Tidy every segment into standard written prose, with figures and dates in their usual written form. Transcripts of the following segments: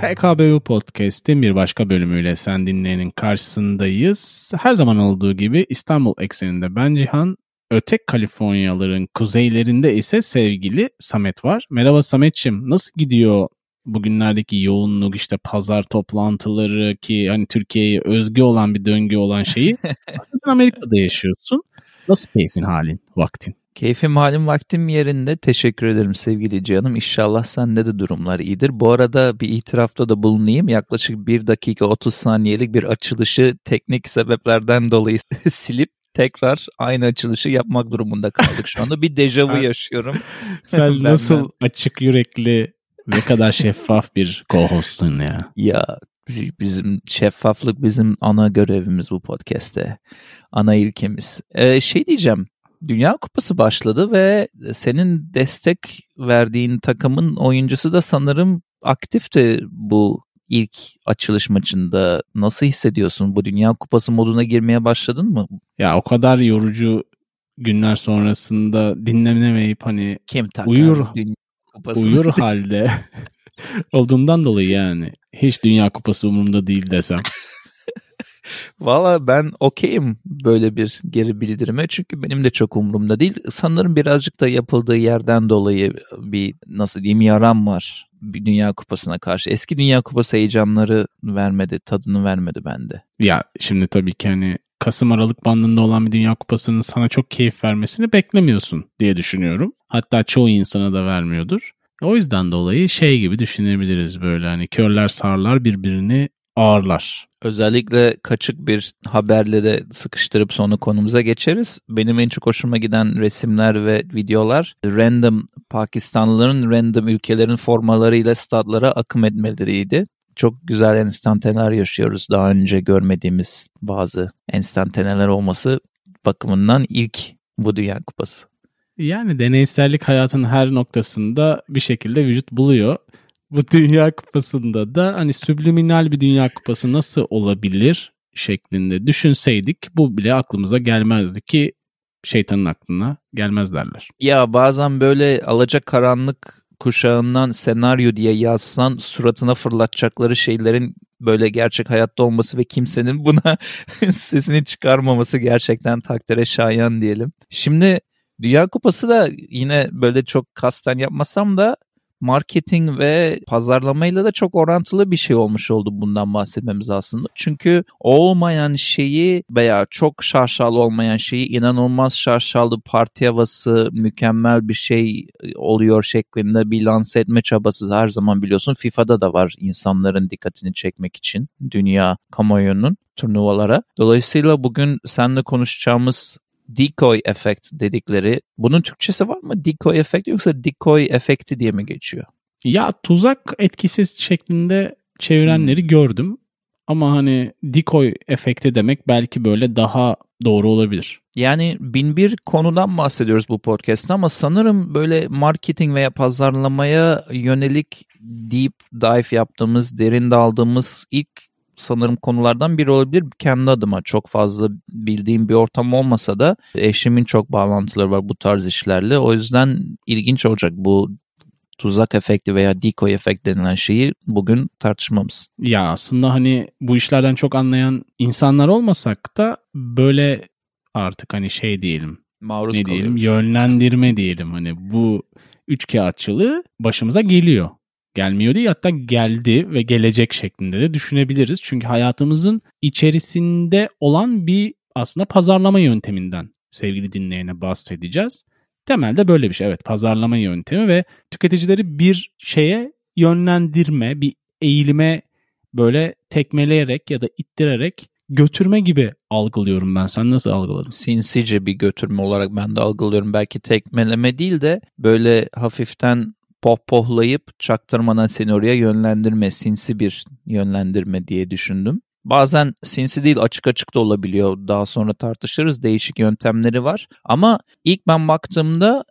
PKBU Podcast'in bir başka bölümüyle sen dinleyenin karşısındayız. Her zaman olduğu gibi İstanbul ekseninde ben Cihan, öte Kaliforniyaların kuzeylerinde ise sevgili Samet var. Merhaba Samet'ciğim, nasıl gidiyor bugünlerdeki yoğunluk, işte pazar toplantıları ki hani Türkiye'ye özgü olan bir döngü olan şeyi. Aslında sen Amerika'da yaşıyorsun. Nasıl keyfin, halin, vaktin? Keyfim, halim, vaktim yerinde. Teşekkür ederim sevgili canım. İnşallah sende de durumlar iyidir. Bu arada bir itirafta da bulunayım. Yaklaşık 1 dakika 30 saniyelik bir açılışı teknik sebeplerden dolayı silip tekrar aynı açılışı yapmak durumunda kaldık şu anda. Bir dejavu yaşıyorum. Sen nasıl açık yürekli, ne kadar şeffaf bir co-host'sun ya. Ya bizim şeffaflık bizim ana görevimiz bu podcast'te. Ana ilkemiz. Diyeceğim. Dünya Kupası başladı ve senin destek verdiğin takımın oyuncusu da sanırım aktifti bu ilk açılış maçında. Nasıl hissediyorsun? Bu Dünya Kupası moduna girmeye başladın mı? Ya o kadar yorucu günler sonrasında dinlenemeyip hani Kim takar uyur halde olduğumdan dolayı yani. Hiç Dünya Kupası umurumda değil desem. Valla ben okeyim böyle bir geri bildirime, çünkü benim de çok umurumda değil. Sanırım birazcık da yapıldığı yerden dolayı bir yaram var bir Dünya Kupası'na karşı. Eski Dünya Kupası heyecanları vermedi, tadını vermedi bende. Ya şimdi tabii ki hani Kasım-Aralık bandında olan bir Dünya Kupası'nın sana çok keyif vermesini beklemiyorsun diye düşünüyorum. Hatta çoğu insana da vermiyordur. O yüzden dolayı gibi düşünebiliriz, böyle hani körler sağırlar birbirini ağırlar. Özellikle kaçık bir haberle de sıkıştırıp sonra konumuza geçeriz. Benim en çok hoşuma giden resimler ve videolar random Pakistanlıların random ülkelerin formalarıyla stadlara akım etmeleriydi. Çok güzel enstantaneler yaşıyoruz. Daha önce görmediğimiz bazı enstantaneler olması bakımından ilk bu Dünya Kupası. Yani deneysellik hayatın her noktasında bir şekilde vücut buluyor. Bu Dünya Kupası'nda da hani subliminal bir Dünya Kupası nasıl olabilir şeklinde düşünseydik bu bile aklımıza gelmezdi ki şeytanın aklına gelmez derler. Ya bazen böyle alacakaranlık kuşağından senaryo diye yazsan suratına fırlatacakları şeylerin böyle gerçek hayatta olması ve kimsenin buna sesini çıkarmaması gerçekten takdire şayan diyelim. Şimdi Dünya Kupası da yine böyle çok kasten yapmasam da marketing ve pazarlamayla da çok orantılı bir şey olmuş oldu bundan bahsetmemiz aslında. Çünkü olmayan şeyi veya çok şaşalı olmayan şeyi inanılmaz şaşalı, parti havası, mükemmel bir şey oluyor şeklinde bir lanse etme çabası her zaman biliyorsun FIFA'da da var, insanların dikkatini çekmek için dünya kamuoyunun turnuvalara. Dolayısıyla bugün seninle konuşacağımız decoy efekt dedikleri, bunun Türkçesi var mı? Decoy efekt yoksa decoy efekti diye mi geçiyor? Ya tuzak etkisi şeklinde çevirenleri gördüm. Ama hani decoy efekti demek belki böyle daha doğru olabilir. Yani 1001 konudan bahsediyoruz bu podcast'ta ama sanırım böyle marketing veya pazarlamaya yönelik deep dive yaptığımız, derin daldığımız ilk sanırım konulardan biri olabilir. Kendi adıma çok fazla bildiğim bir ortam olmasa da eşimin çok bağlantıları var bu tarz işlerle. O yüzden ilginç olacak bu tuzak efekti veya decoy efekt denilen şeyi bugün tartışmamız. Ya aslında hani bu işlerden çok anlayan insanlar olmasak da böyle artık hani diyelim. Maruz ne kalıyoruz. Diyelim, yönlendirme diyelim, hani bu üçkağıtçılığı başımıza geliyor. Gelmiyor değil, hatta geldi ve gelecek şeklinde de düşünebiliriz. Çünkü hayatımızın içerisinde olan bir aslında pazarlama yönteminden sevgili dinleyene bahsedeceğiz. Temelde böyle bir şey, evet, pazarlama yöntemi ve tüketicileri bir şeye yönlendirme, bir eğilime böyle tekmeleyerek ya da ittirerek götürme gibi algılıyorum ben. Sen nasıl algıladın? Sinsice bir götürme olarak ben de algılıyorum. Belki tekmeleme değil de böyle hafiften pohpohlayıp çaktırmadan seni oraya yönlendirme, sinsi bir yönlendirme diye düşündüm. Bazen sinsi değil, açık açık da olabiliyor. Daha sonra tartışırız. Değişik yöntemleri var. Ama ilk ben baktığımda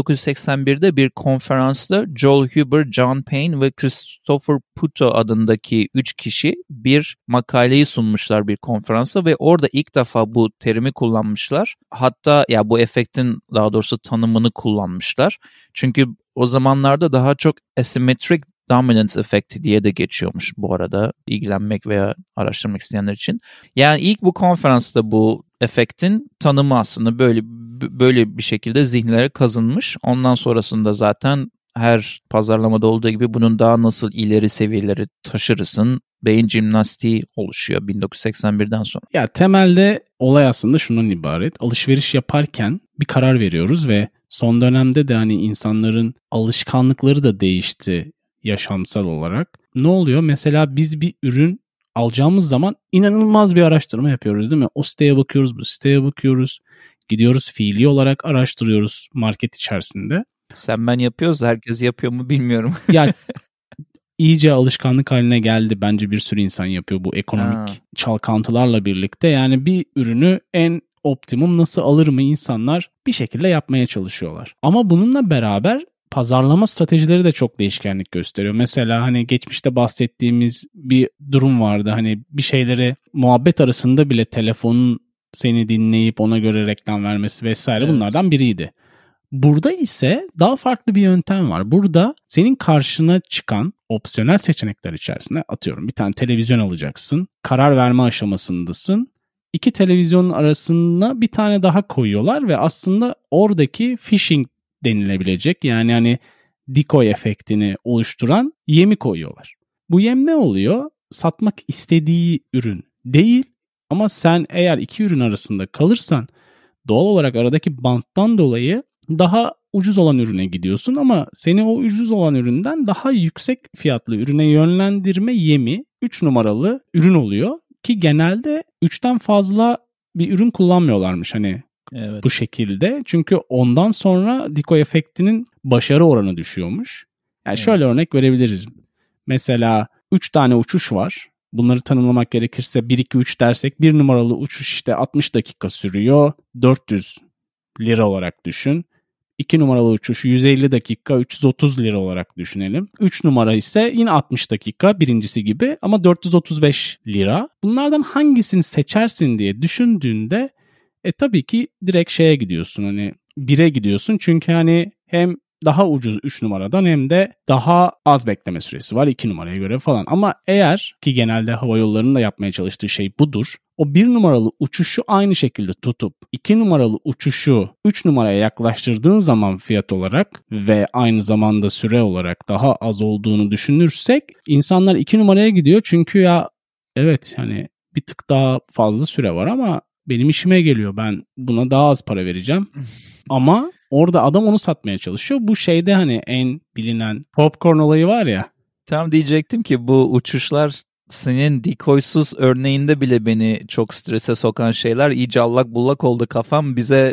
1981'de bir konferansta Joel Huber, John Payne ve Christopher Puto adındaki 3 kişi bir makaleyi sunmuşlar bir konferansta ve orada ilk defa bu terimi kullanmışlar. Hatta ya bu efektin daha doğrusu tanımını kullanmışlar. Çünkü o zamanlarda daha çok asymmetric dominance efekti diye de geçiyormuş bu arada, ilgilenmek veya araştırmak isteyenler için. Yani ilk bu konferansta bu efektin tanımı aslında böyle bir şekilde zihnlere kazınmış. Ondan sonrasında zaten her pazarlamada olduğu gibi bunun daha nasıl ileri seviyeleri taşırısın, beyin jimnastiği oluşuyor 1981'den sonra. Ya temelde olay aslında şundan ibaret. Alışveriş yaparken bir karar veriyoruz ve son dönemde de hani insanların alışkanlıkları da değişti yaşamsal olarak. Ne oluyor? Mesela biz bir ürün alacağımız zaman inanılmaz bir araştırma yapıyoruz değil mi? O siteye bakıyoruz, bu siteye bakıyoruz. Gidiyoruz fiili olarak araştırıyoruz market içerisinde. Sen ben yapıyoruz da herkes yapıyor mu bilmiyorum. Ya iyice alışkanlık haline geldi. Bence bir sürü insan yapıyor bu ekonomik çalkantılarla birlikte. Yani bir ürünü en optimum nasıl alır mı insanlar bir şekilde yapmaya çalışıyorlar. Ama bununla beraber pazarlama stratejileri de çok değişkenlik gösteriyor. Mesela hani geçmişte bahsettiğimiz bir durum vardı. Hani bir şeyleri muhabbet arasında bile telefonun seni dinleyip ona göre reklam vermesi vesaire bunlardan biriydi. Burada ise daha farklı bir yöntem var. Burada senin karşına çıkan opsiyonel seçenekler içerisinde atıyorum bir tane televizyon alacaksın. Karar verme aşamasındasın. İki televizyonun arasında bir tane daha koyuyorlar ve aslında oradaki phishing denilebilecek yani hani decoy efektini oluşturan yemi koyuyorlar. Bu yem ne oluyor? Satmak istediği ürün değil ama sen eğer iki ürün arasında kalırsan doğal olarak aradaki banttan dolayı daha ucuz olan ürüne gidiyorsun ama seni o ucuz olan üründen daha yüksek fiyatlı ürüne yönlendirme yemi 3 numaralı ürün oluyor ki genelde 3'ten fazla bir ürün kullanmıyorlarmış hani bu şekilde. Çünkü ondan sonra decoy efektinin başarı oranı düşüyormuş. Yani şöyle örnek verebiliriz. Mesela 3 tane uçuş var. Bunları tanımlamak gerekirse 1-2-3 dersek 1 numaralı uçuş işte 60 dakika sürüyor. 400 lira olarak düşün. 2 numaralı uçuş 150 dakika 330 lira olarak düşünelim. 3 numara ise yine 60 dakika birincisi gibi ama 435 lira. Bunlardan hangisini seçersin diye düşündüğünde tabii ki direkt şeye gidiyorsun hani 1'e gidiyorsun. Çünkü hani hem daha ucuz 3 numaradan hem de daha az bekleme süresi var 2 numaraya göre falan. Ama eğer ki genelde havayollarının da yapmaya çalıştığı şey budur. O 1 numaralı uçuşu aynı şekilde tutup 2 numaralı uçuşu 3 numaraya yaklaştırdığın zaman fiyat olarak ve aynı zamanda süre olarak daha az olduğunu düşünürsek insanlar 2 numaraya gidiyor. Çünkü ya evet hani bir tık daha fazla süre var ama benim işime geliyor. Ben buna daha az para vereceğim. Ama orada adam onu satmaya çalışıyor. Bu şeyde hani en bilinen popcorn olayı var ya. Tam diyecektim ki bu uçuşlar senin decoysuz örneğinde bile beni çok strese sokan şeyler. İyice allak bullak oldu kafam. Bize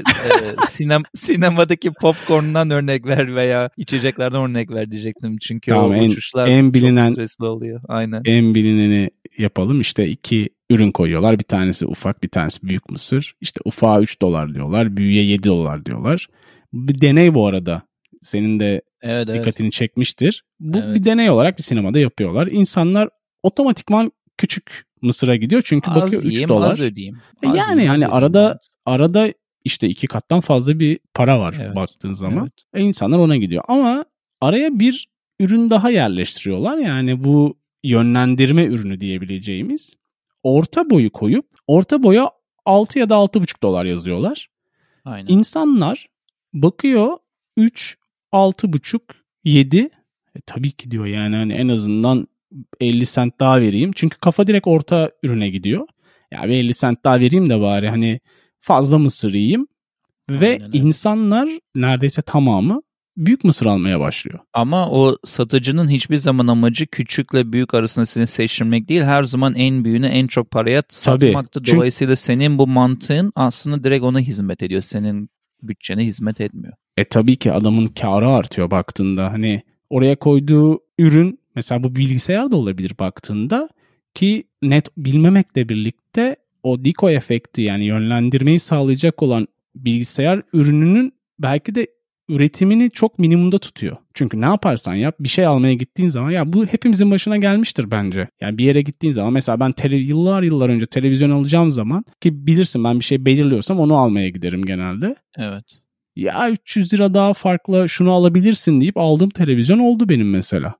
sinemadaki popcorn'dan örnek ver veya içeceklerden örnek ver diyecektim. Çünkü tamam, o uçuşlar en bilinen, çok stresli oluyor. Aynen. En bilineni yapalım. İşte 2 ürün koyuyorlar. Bir tanesi ufak, bir tanesi büyük mısır. İşte ufağa $3 diyorlar. Büyüğe $7 diyorlar. Bir deney bu arada. Senin de dikkatini çekmiştir. Bu bir deney olarak bir sinemada yapıyorlar. İnsanlar otomatikman küçük mısıra gidiyor. Çünkü az bakıyor yiyeyim, $3. Az ödeyeyim. Yani hani arada işte 2 kattan fazla bir para var baktığın zaman. İnsanlar ona gidiyor. Ama araya bir ürün daha yerleştiriyorlar. Yani bu yönlendirme ürünü diyebileceğimiz orta boyu koyup orta boya 6 ya da $6,5 yazıyorlar. Aynen. İnsanlar bakıyor 3, 6,5, 7 tabii ki diyor yani hani en azından 50 sent daha vereyim. Çünkü kafa direkt orta ürüne gidiyor. Ya bir 50 sent daha vereyim de bari hani fazla mısır yiyeyim. Ve insanlar neredeyse tamamı büyük mısır almaya başlıyor. Ama o satıcının hiçbir zaman amacı küçükle büyük arasında seni seçtirmek değil. Her zaman en büyüğünü en çok paraya satmaktı. Dolayısıyla senin bu mantığın aslında direkt ona hizmet ediyor. Senin bütçene hizmet etmiyor. Tabii ki adamın kârı artıyor baktığında. Hani oraya koyduğu ürün mesela bu bilgisayar da olabilir baktığında ki net bilmemekle birlikte o decoy efekti yani yönlendirmeyi sağlayacak olan bilgisayar ürününün belki de üretimini çok minimumda tutuyor. Çünkü ne yaparsan yap bir şey almaya gittiğin zaman ya bu hepimizin başına gelmiştir bence. Yani bir yere gittiğin zaman mesela ben yıllar önce televizyon alacağım zaman ki bilirsin ben bir şey belirliyorsam onu almaya giderim genelde. Evet. Ya 300 lira daha farklı şunu alabilirsin deyip aldığım televizyon oldu benim mesela.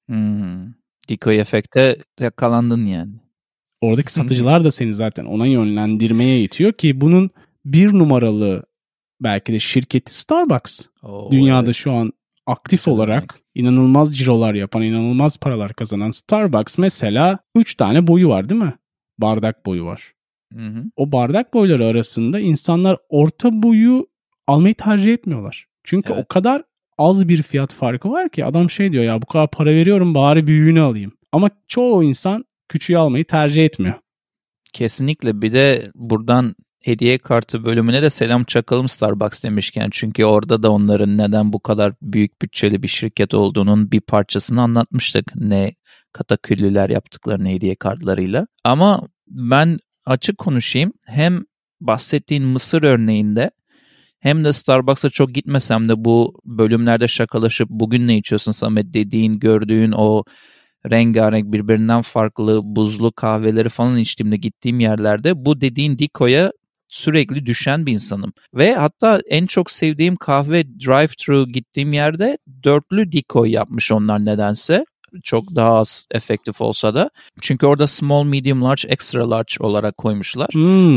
Decoy efekte yakalandın yani. Oradaki satıcılar da seni zaten ona yönlendirmeye itiyor ki bunun bir numaralı belki de şirketi Starbucks. Dünyada evet. Şu an aktif olarak inanılmaz cirolar yapan, inanılmaz paralar kazanan Starbucks mesela 3 tane boyu var değil mi? Bardak boyu var. Hı. O bardak boyları arasında insanlar orta boyu almayı tercih etmiyorlar. Çünkü o kadar az bir fiyat farkı var ki adam şey diyor ya bu kadar para veriyorum bari büyüğünü alayım. Ama çoğu insan küçüğü almayı tercih etmiyor. Kesinlikle. Bir de buradan hediye kartı bölümüne de selam çakalım Starbucks demişken. Çünkü orada da onların neden bu kadar büyük bütçeli bir şirket olduğunun bir parçasını anlatmıştık. Ne kataküllüler yaptıklarını hediye kartlarıyla. Ama ben açık konuşayım. Hem bahsettiğin Mısır örneğinde hem de Starbucks'a çok gitmesem de bu bölümlerde şakalaşıp bugün ne içiyorsun Samet dediğin, gördüğün o rengarenk birbirinden farklı buzlu kahveleri falan içtiğimde gittiğim yerlerde bu dediğin Decoy'a sürekli düşen bir insanım. Ve hatta en çok sevdiğim kahve drive-thru gittiğim yerde 4'lü Decoy yapmış onlar nedense. Çok daha az efektif olsa da. Çünkü orada small, medium, large, extra large olarak koymuşlar.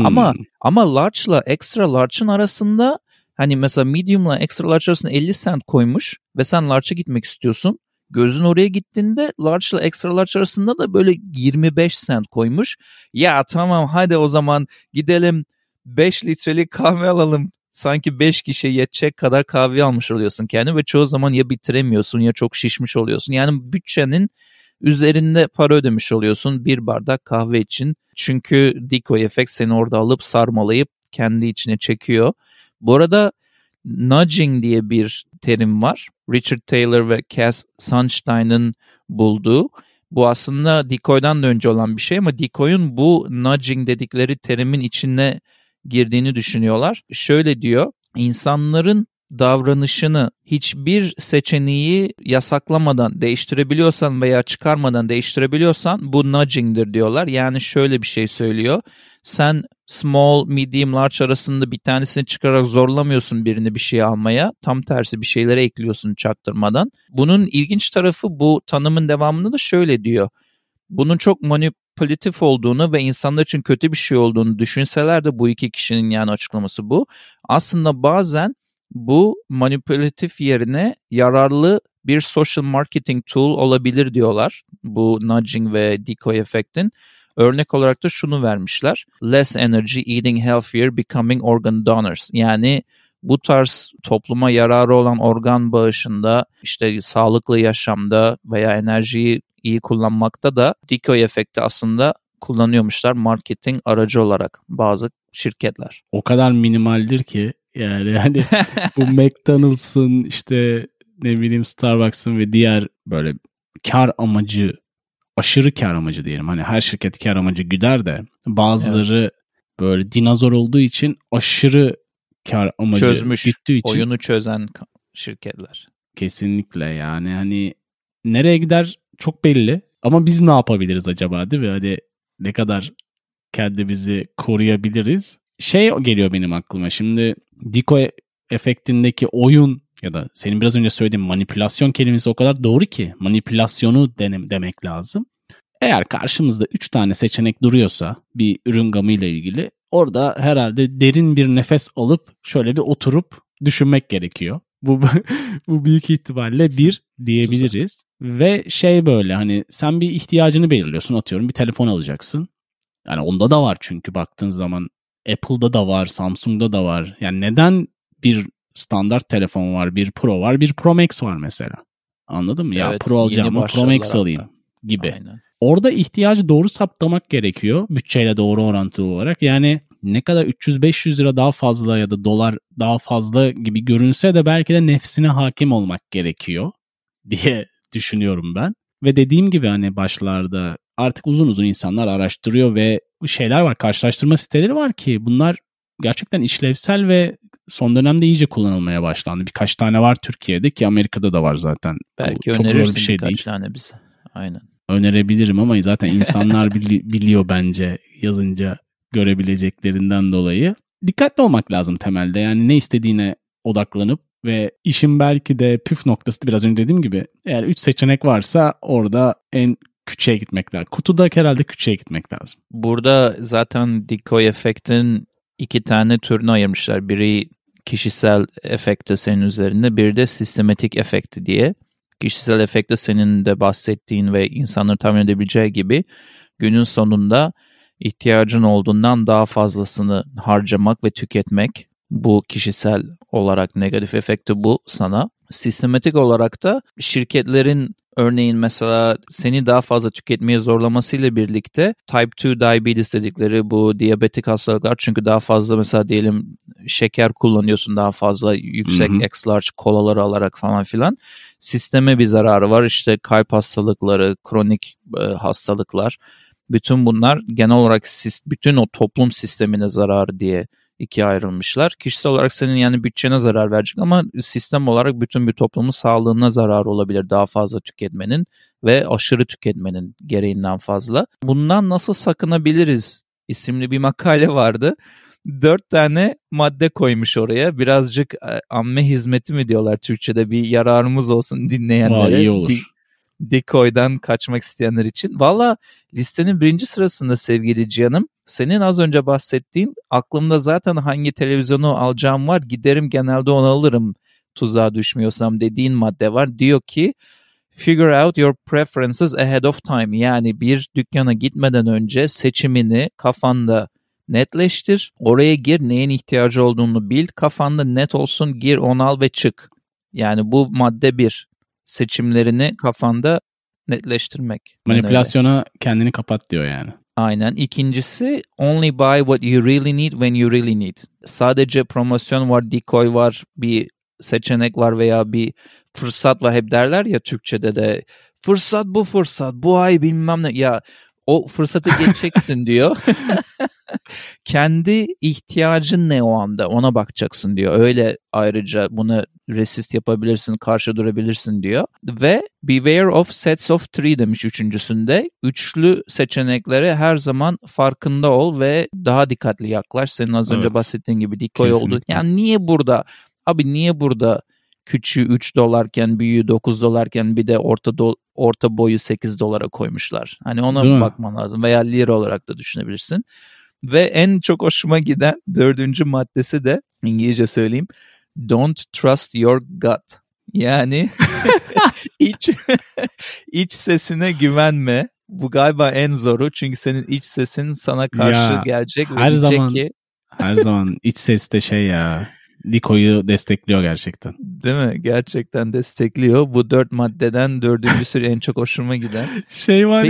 Ama large'la extra large'ın arasında hani mesela medium'la extra large arasında 50 cent koymuş ve sen large'a gitmek istiyorsun. Gözün oraya gittiğinde large ile extra large arasında da böyle 25 cent koymuş. Ya tamam hadi o zaman gidelim 5 litrelik kahve alalım. Sanki 5 kişiye yetecek kadar kahve almış oluyorsun kendine ve çoğu zaman ya bitiremiyorsun ya çok şişmiş oluyorsun. Yani bütçenin üzerinde para ödemiş oluyorsun bir bardak kahve için. Çünkü Decoy efekt seni orada alıp sarmalayıp kendi içine çekiyor. Bu arada nudging diye bir terim var. Richard Taylor ve Cass Sunstein'ın bulduğu. Bu aslında Decoy'dan da önce olan bir şey ama Decoy'un bu nudging dedikleri terimin içine girdiğini düşünüyorlar. Şöyle diyor, insanların davranışını hiçbir seçeneği yasaklamadan değiştirebiliyorsan veya çıkarmadan değiştirebiliyorsan bu nudging'dir diyorlar. Yani şöyle bir şey söylüyor. Sen small, medium, large arasında bir tanesini çıkararak zorlamıyorsun birini bir şey almaya. Tam tersi bir şeylere ekliyorsun çaktırmadan. Bunun ilginç tarafı bu tanımın devamında da şöyle diyor. Bunun çok manipülatif olduğunu ve insanlar için kötü bir şey olduğunu düşünseler de bu iki kişinin yani açıklaması bu. Aslında bazen bu manipülatif yerine yararlı bir social marketing tool olabilir diyorlar. Bu nudging ve decoy efektin. Örnek olarak da şunu vermişler. Less energy, eating healthier, becoming organ donors. Yani bu tarz topluma yararı olan organ bağışında, işte sağlıklı yaşamda veya enerjiyi iyi kullanmakta da decoy efekti aslında kullanıyormuşlar marketing aracı olarak bazı şirketler. O kadar minimaldir ki yani bu McDonald's'ın işte ne bileyim Starbucks'ın ve diğer böyle kar amacı, aşırı kar amacı diyelim. Hani her şirket kar amacı güder de bazıları böyle dinozor olduğu için aşırı kar amacı çözmüş, güttüğü için. Oyunu çözen şirketler. Kesinlikle yani hani nereye gider çok belli. Ama biz ne yapabiliriz acaba değil mi? Hani ne kadar kendimizi koruyabiliriz? Şey geliyor benim aklıma. Şimdi decoy efektindeki oyun ya da senin biraz önce söylediğin manipülasyon kelimesi o kadar doğru ki manipülasyonu demek lazım. Eğer karşımızda 3 tane seçenek duruyorsa bir ürün gamıyla ilgili orada herhalde derin bir nefes alıp şöyle bir oturup düşünmek gerekiyor. Bu büyük ihtimalle bir diyebiliriz. Ve şey böyle hani sen bir ihtiyacını belirliyorsun, atıyorum bir telefon alacaksın. Yani onda da var çünkü baktığın zaman Apple'da da var, Samsung'da da var. Yani neden bir standart telefon var, bir Pro var, bir Pro Max var mesela. Anladın mı? Evet, ya Pro alacağım ama Pro Max alayım gibi. Aynen. Orada ihtiyacı doğru saptamak gerekiyor bütçeyle doğru orantılı olarak. Yani ne kadar 300-500 lira daha fazla ya da dolar daha fazla gibi görünse de belki de nefsine hakim olmak gerekiyor diye düşünüyorum ben. Ve dediğim gibi hani başlarda artık uzun uzun insanlar araştırıyor ve şeyler var, karşılaştırma siteleri var ki bunlar gerçekten işlevsel ve son dönemde iyice kullanılmaya başlandı. Birkaç tane var Türkiye'de ki Amerika'da da var zaten. Belki çok önerirsin zor bir şey birkaç değil. Tane bize. Aynen. Önerebilirim ama zaten insanlar biliyor bence yazınca görebileceklerinden dolayı. Dikkatli olmak lazım temelde. Yani ne istediğine odaklanıp Ve işin belki de püf noktası da biraz önce dediğim gibi eğer 3 seçenek varsa orada en küçüğe gitmek lazım. Kutuda herhalde küçüğe gitmek lazım. Burada zaten decoy efektin 2 tane türünü ayırmışlar. Biri kişisel efekti senin üzerinde, biri de sistematik efekti diye. Kişisel efekti senin de bahsettiğin ve insanların tahmin edebileceği gibi günün sonunda ihtiyacın olduğundan daha fazlasını harcamak ve tüketmek. Bu kişisel olarak negatif efekti bu sana. Sistematik olarak da şirketlerin örneğin mesela seni daha fazla tüketmeye zorlamasıyla birlikte type 2 diabetes dedikleri bu diyabetik hastalıklar, çünkü daha fazla mesela diyelim şeker kullanıyorsun, daha fazla yüksek X-large kolaları alarak falan filan, sisteme bir zararı var. İşte kalp hastalıkları, kronik hastalıklar, bütün bunlar genel olarak bütün o toplum sistemine zararı diye ikiye ayrılmışlar. Kişisel olarak senin yani bütçene zarar verecek ama sistem olarak bütün bir toplumun sağlığına zararı olabilir daha fazla tüketmenin ve aşırı tüketmenin gereğinden fazla. Bundan nasıl sakınabiliriz isimli bir makale vardı. 4 tane madde koymuş oraya. Birazcık amme hizmeti mi diyorlar Türkçe'de, bir yararımız olsun dinleyenlere. İyi olur. Decoy'dan kaçmak isteyenler için. Valla listenin 1. sırasında sevgili Cihan'ım, senin az önce bahsettiğin aklımda zaten hangi televizyonu alacağım var, giderim genelde onu alırım tuzağa düşmüyorsam dediğin madde var. Diyor ki figure out your preferences ahead of time, yani bir dükkana gitmeden önce seçimini kafanda netleştir. Oraya gir, neyin ihtiyacı olduğunu bil, kafanda net olsun, gir onu al ve çık. Yani bu madde 1. Seçimlerini kafanda netleştirmek. Manipülasyona kendini kapat diyor yani. Aynen. İkincisi only buy what you really need when you really need. Sadece promosyon var, decoy var, bir seçenek var veya bir fırsat var. Hep derler ya Türkçe'de de fırsat bu fırsat, bu ay bilmem ne. Ya o fırsatı geçeceksin diyor. Kendi ihtiyacın ne o anda, ona bakacaksın diyor. Öyle ayrıca bunu resist yapabilirsin, karşı durabilirsin diyor. Ve beware of sets of three demiş 3.'sünde. Üçlü seçeneklere her zaman farkında ol ve daha dikkatli yaklaş. Senin az önce bahsettiğin gibi decoy oldu. Yani niye burada küçüğü $3 büyüğü $9 bir de orta boyu $8 koymuşlar. Hani ona bakman lazım veya lira olarak da düşünebilirsin. Ve en çok hoşuma giden 4. maddesi de İngilizce söyleyeyim. Don't trust your gut. Yani iç sesine güvenme. Bu galiba en zoru, çünkü senin iç sesin sana karşı gelecek ve diyecek ki her zaman iç ses de Decoy'u destekliyor gerçekten. Değil mi? Gerçekten destekliyor. Bu 4 maddeden 4.'sü en çok hoşuma giden. Var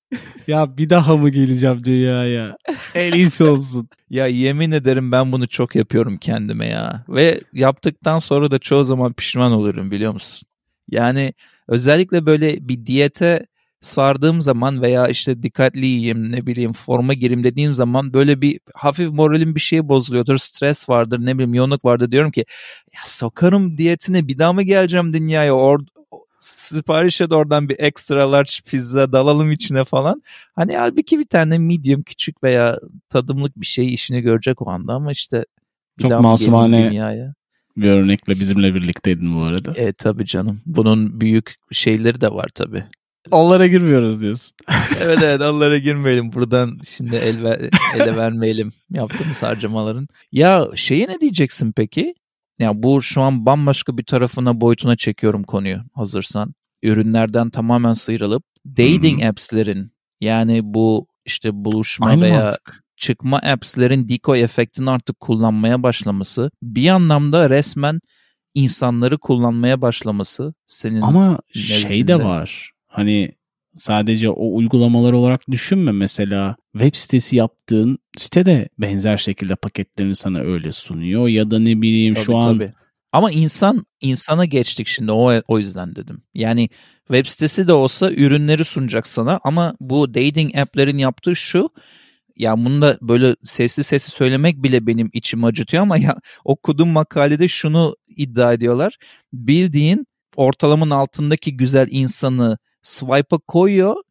ya bir daha mı geleceğim dünyaya? En iyisi olsun. Ya yemin ederim ben bunu çok yapıyorum kendime ya. Ve yaptıktan sonra da çoğu zaman pişman oluyorum, biliyor musun? Yani özellikle böyle bir diyete sardığım zaman veya işte dikkatli yiyeyim, ne bileyim forma gireyim dediğim zaman böyle bir hafif moralim bir şeye bozuluyordur, stres vardır, ne bileyim yoğunluk vardır, diyorum ki ya sokarım diyetine, bir daha mı geleceğim dünyaya, sipariş et oradan bir extra large pizza, dalalım içine falan. Hani halbuki bir tane medium küçük veya tadımlık bir şey işini görecek o anda, ama işte bir çok daha masumane dünyaya. Bir örnekle bizimle birlikteydin bu arada. Tabii canım. Bunun büyük şeyleri de var tabii. Onlara girmiyoruz diyorsun. Evet onlara girmeyelim. Buradan şimdi ele vermeyelim yaptığımız harcamaların. Ya ne diyeceksin peki? Ya bu şu an bambaşka bir boyutuna çekiyorum konuyu hazırsan. Ürünlerden tamamen sıyrılıp dating apps'lerin, yani bu işte buluşma veya çıkma apps'lerin decoy efektini artık kullanmaya başlaması, bir anlamda resmen insanları kullanmaya başlaması senin ama nezdinde. De var. Hani sadece o uygulamalar olarak düşünme. Mesela web sitesi yaptığın site de benzer şekilde paketlerini sana öyle sunuyor. Ya da ne bileyim tabii, şu an. Tabii. Ama insana geçtik şimdi, o yüzden dedim. Yani web sitesi de olsa ürünleri sunacak sana, ama bu dating app'lerin yaptığı şu. Ya bunu da böyle sessiz söylemek bile benim içimi acıtıyor, ama ya okuduğum makalede şunu iddia ediyorlar. Bildiğin ortalamanın altındaki güzel insanı swipe'a koyuyor.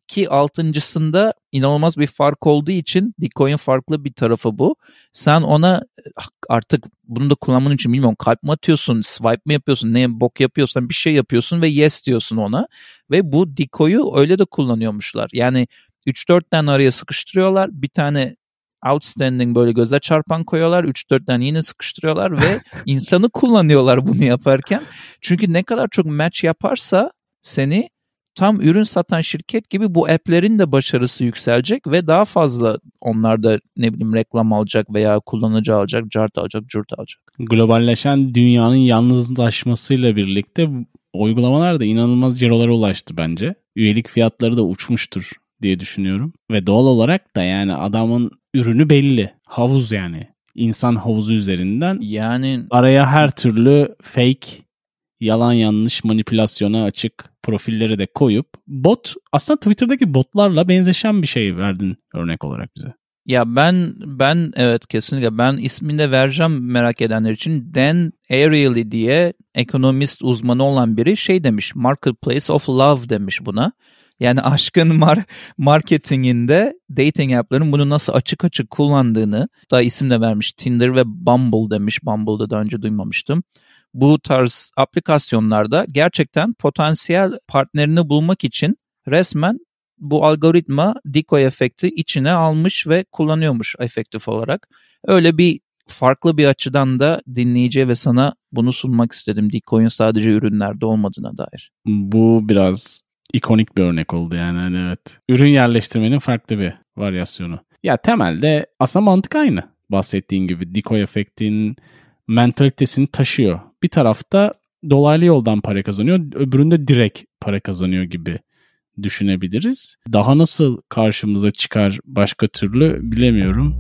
Ki 6.'sında inanılmaz bir fark olduğu için Decoy'un farklı bir tarafı bu. Sen ona artık bunu da kullanman için bilmiyorum kalp mi atıyorsun, swipe mi yapıyorsun, ne bok yapıyorsan bir şey yapıyorsun ve yes diyorsun ona. Ve bu Decoy'u öyle de kullanıyormuşlar. Yani 3-4 tane araya sıkıştırıyorlar. Bir tane outstanding böyle göze çarpan koyuyorlar. 3-4 tane yine sıkıştırıyorlar ve insanı kullanıyorlar bunu yaparken. Çünkü ne kadar çok match yaparsa seni tam ürün satan şirket gibi bu app'lerin de başarısı yükselecek ve daha fazla onlar da ne bileyim reklam alacak veya kullanıcı alacak, cart alacak, cürt alacak. Globalleşen dünyanın yalnızlaşmasıyla birlikte uygulamalar da inanılmaz cirolara ulaştı bence. Üyelik fiyatları da uçmuştur diye düşünüyorum. Ve doğal olarak da yani adamın ürünü belli. Havuz yani. İnsan havuzu üzerinden. Yani araya her türlü fake, yalan yanlış manipülasyona açık profilleri de koyup aslında Twitter'daki botlarla benzeşen bir şey verdin örnek olarak bize. Ya ben evet kesinlikle ben ismini de vereceğim merak edenler için. Dan Ariely diye ekonomist uzmanı olan biri şey demiş, Marketplace of Love demiş buna. Yani aşkın marketinginde dating app'lerin bunu nasıl açık açık kullandığını da isim de vermiş. Tinder ve Bumble demiş. Bumble'da daha önce duymamıştım. Bu tarz aplikasyonlarda gerçekten potansiyel partnerini bulmak için resmen bu algoritma decoy efekti içine almış ve kullanıyormuş efektif olarak. Öyle bir farklı bir açıdan da dinleyiciye ve sana bunu sunmak istedim. Decoy'un sadece ürünlerde olmadığına dair. Bu biraz ikonik bir örnek oldu yani evet. Ürün yerleştirmenin farklı bir varyasyonu. Ya temelde aslında mantık aynı. Bahsettiğin gibi decoy efektinin mentalitesini taşıyor. Bir tarafta dolaylı yoldan para kazanıyor, öbüründe direkt para kazanıyor gibi düşünebiliriz. Daha nasıl karşımıza çıkar başka türlü bilemiyorum.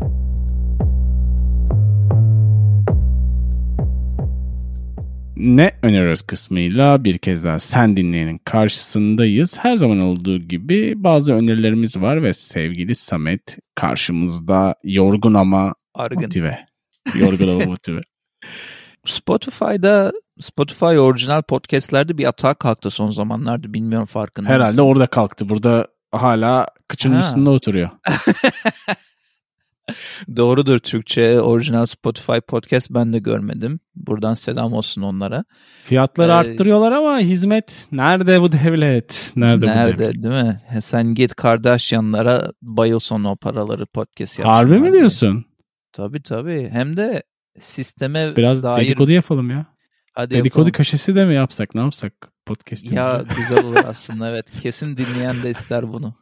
Ne öneriyoruz kısmıyla bir kez daha sen dinleyenin karşısındayız. Her zaman olduğu gibi bazı önerilerimiz var ve sevgili Samet karşımızda yorgun ama motive. Yorgun ama motive. Spotify orijinal podcastlerde bir atağa kalktı son zamanlarda, bilmiyorum farkında mısın? Herhalde orada kalktı. Burada hala kıçının üstünde oturuyor. Doğrudur, Türkçe orijinal Spotify podcast ben de görmedim. Buradan selam olsun onlara. Fiyatları arttırıyorlar ama hizmet nerede bu devlet? Nerede değil mi? Sen git Kardashian'lara bayıl sonra o paraları podcast yapsınlar. Harbi mi diyorsun? Tabii. Hem de sisteme biraz dair... dedikodu yapalım ya. Hadi dedikodu yapalım. Köşesi de mi yapsak? Ne yapsak podcast'imizde? Ya güzel olur aslında, evet. Kesin dinleyen de ister bunu.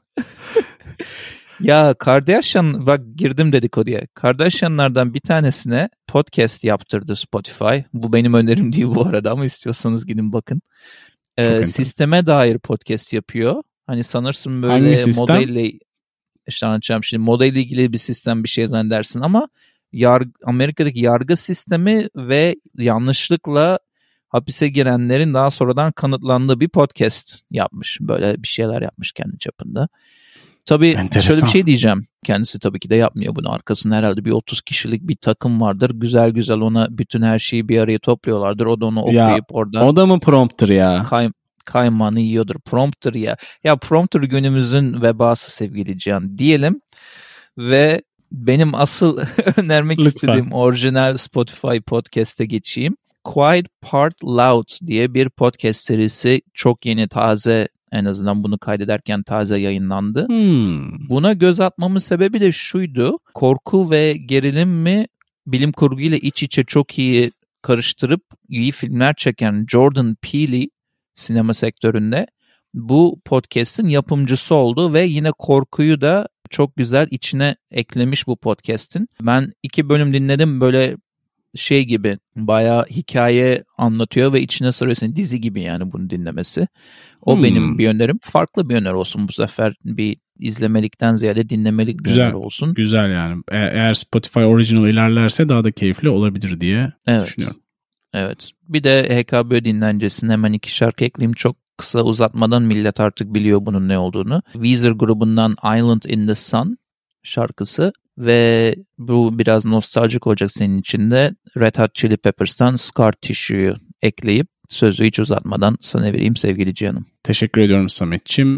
Ya Kardashian, bak girdim dedikoduya. Kardashian'lardan bir tanesine podcast yaptırdı Spotify. Bu benim önerim değil bu arada ama istiyorsanız gidin bakın. Sisteme dair podcast yapıyor. Hani sanırsın böyle modelle işte anlatacağım şimdi, modelle ilgili bir sistem bir şey zannedersin ama Amerika'daki yargı sistemi ve yanlışlıkla hapise girenlerin daha sonradan kanıtlandığı bir podcast yapmış. Böyle bir şeyler yapmış kendi çapında. Tabii şöyle bir şey diyeceğim. Kendisi tabii ki de yapmıyor bunu. Arkasında herhalde bir 30 kişilik bir takım vardır. Güzel ona bütün her şeyi bir araya topluyorlardır. O da onu okuyup oradan... O da mı prompter ya? Kaymanı yiyordur. Prompter ya. Ya prompter günümüzün vebası sevgili Can diyelim. Ve benim asıl önermek istediğim orijinal Spotify podcast'e geçeyim. Quiet Part Loud diye bir podcast serisi, çok yeni, taze, en azından bunu kaydederken taze yayınlandı. Buna göz atmamın sebebi de şuydu. Korku ve gerilim mi bilim kurguyla iç içe çok iyi karıştırıp iyi filmler çeken Jordan Peele sinema sektöründe bu podcast'in yapımcısı oldu ve yine korkuyu da çok güzel içine eklemiş bu podcast'in. Ben 2 bölüm dinledim, böyle şey gibi, bayağı hikaye anlatıyor ve içine sarıyorsun, dizi gibi yani bunu dinlemesi. O benim bir önerim. Farklı bir öneri olsun bu sefer, bir izlemelikten ziyade dinlemelik bir öneri olsun. Güzel yani. Eğer Spotify Original ilerlerse daha da keyifli olabilir diye düşünüyorum. Evet. Bir de HKB dinlencesine hemen 2 şarkı ekleyeyim. Çok kısa uzatmadan, millet artık biliyor bunun ne olduğunu. Weezer grubundan Island in the Sun şarkısı ve bu biraz nostaljik olacak senin için de, Red Hot Chili Peppers'tan Scar Tissue'yu ekleyip sözü hiç uzatmadan sana vereyim sevgili Cihan'ım. Teşekkür ediyorum Samet'ciğim.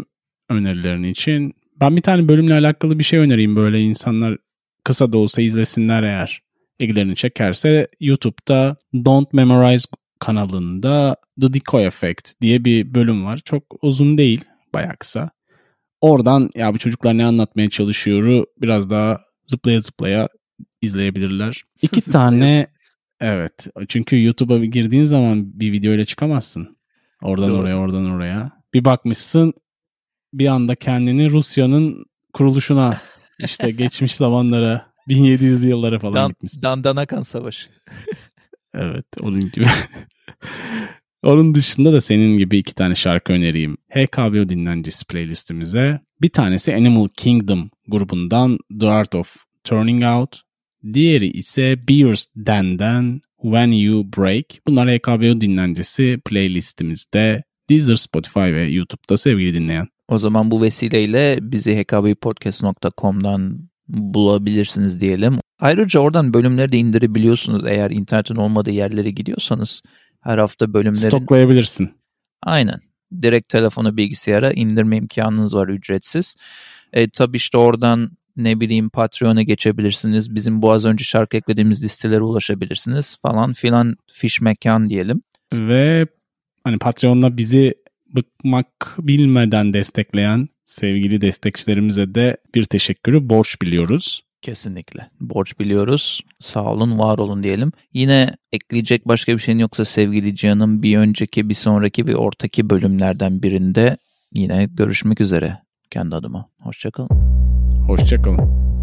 önerilerin için. Ben bir tane bölümle alakalı bir şey önereyim, böyle insanlar kısa da olsa izlesinler eğer ilgilerini çekerse. YouTube'da Don't Memorize kanalında The Decoy Effect diye bir bölüm var. Çok uzun değil, bayağı kısa. Oradan ya bu çocuklar ne anlatmaya çalışıyor'u biraz daha zıplaya zıplaya izleyebilirler. 2 tane evet, çünkü YouTube'a girdiğin zaman bir videoyla çıkamazsın. Oradan Doğru. oraya, oradan oraya. Bir bakmışsın bir anda kendini Rusya'nın kuruluşuna, işte geçmiş zamanlara, 1700'lü yıllara falan gitmişsin. Dandanakan Savaşı. Evet, onun gibi. Onun dışında da senin gibi 2 tane şarkı önereyim HKBO dinlencesi playlistimize. Bir tanesi Animal Kingdom grubundan The Art of Turning Out. Diğeri ise Beers Den'den When You Break. Bunlar HKBO dinlencesi playlistimizde Deezer, Spotify ve YouTube'da sevgili dinleyen. O zaman bu vesileyle bizi hkbpodcast.com'dan bulabilirsiniz diyelim. Ayrıca oradan bölümleri de indirebiliyorsunuz eğer internetin olmadığı yerlere gidiyorsanız. Her hafta bölümlerin... Stoklayabilirsin. Aynen. Direkt telefona, bilgisayara indirme imkanınız var ücretsiz. Tabii işte oradan ne bileyim Patreon'a geçebilirsiniz. Bizim bu az önce şarkı eklediğimiz listelere ulaşabilirsiniz falan filan, fiş mekan diyelim. Ve hani Patreon'la bizi bıkmak bilmeden destekleyen sevgili destekçilerimize de bir teşekkürü borç biliyoruz. Kesinlikle. Borç biliyoruz. Sağ olun, var olun diyelim. Yine ekleyecek başka bir şeyin yoksa sevgili Cihan'ım, bir önceki, bir sonraki ve ortaki bölümlerden birinde yine görüşmek üzere kendi adıma. Hoşça kalın. Hoşça kalın.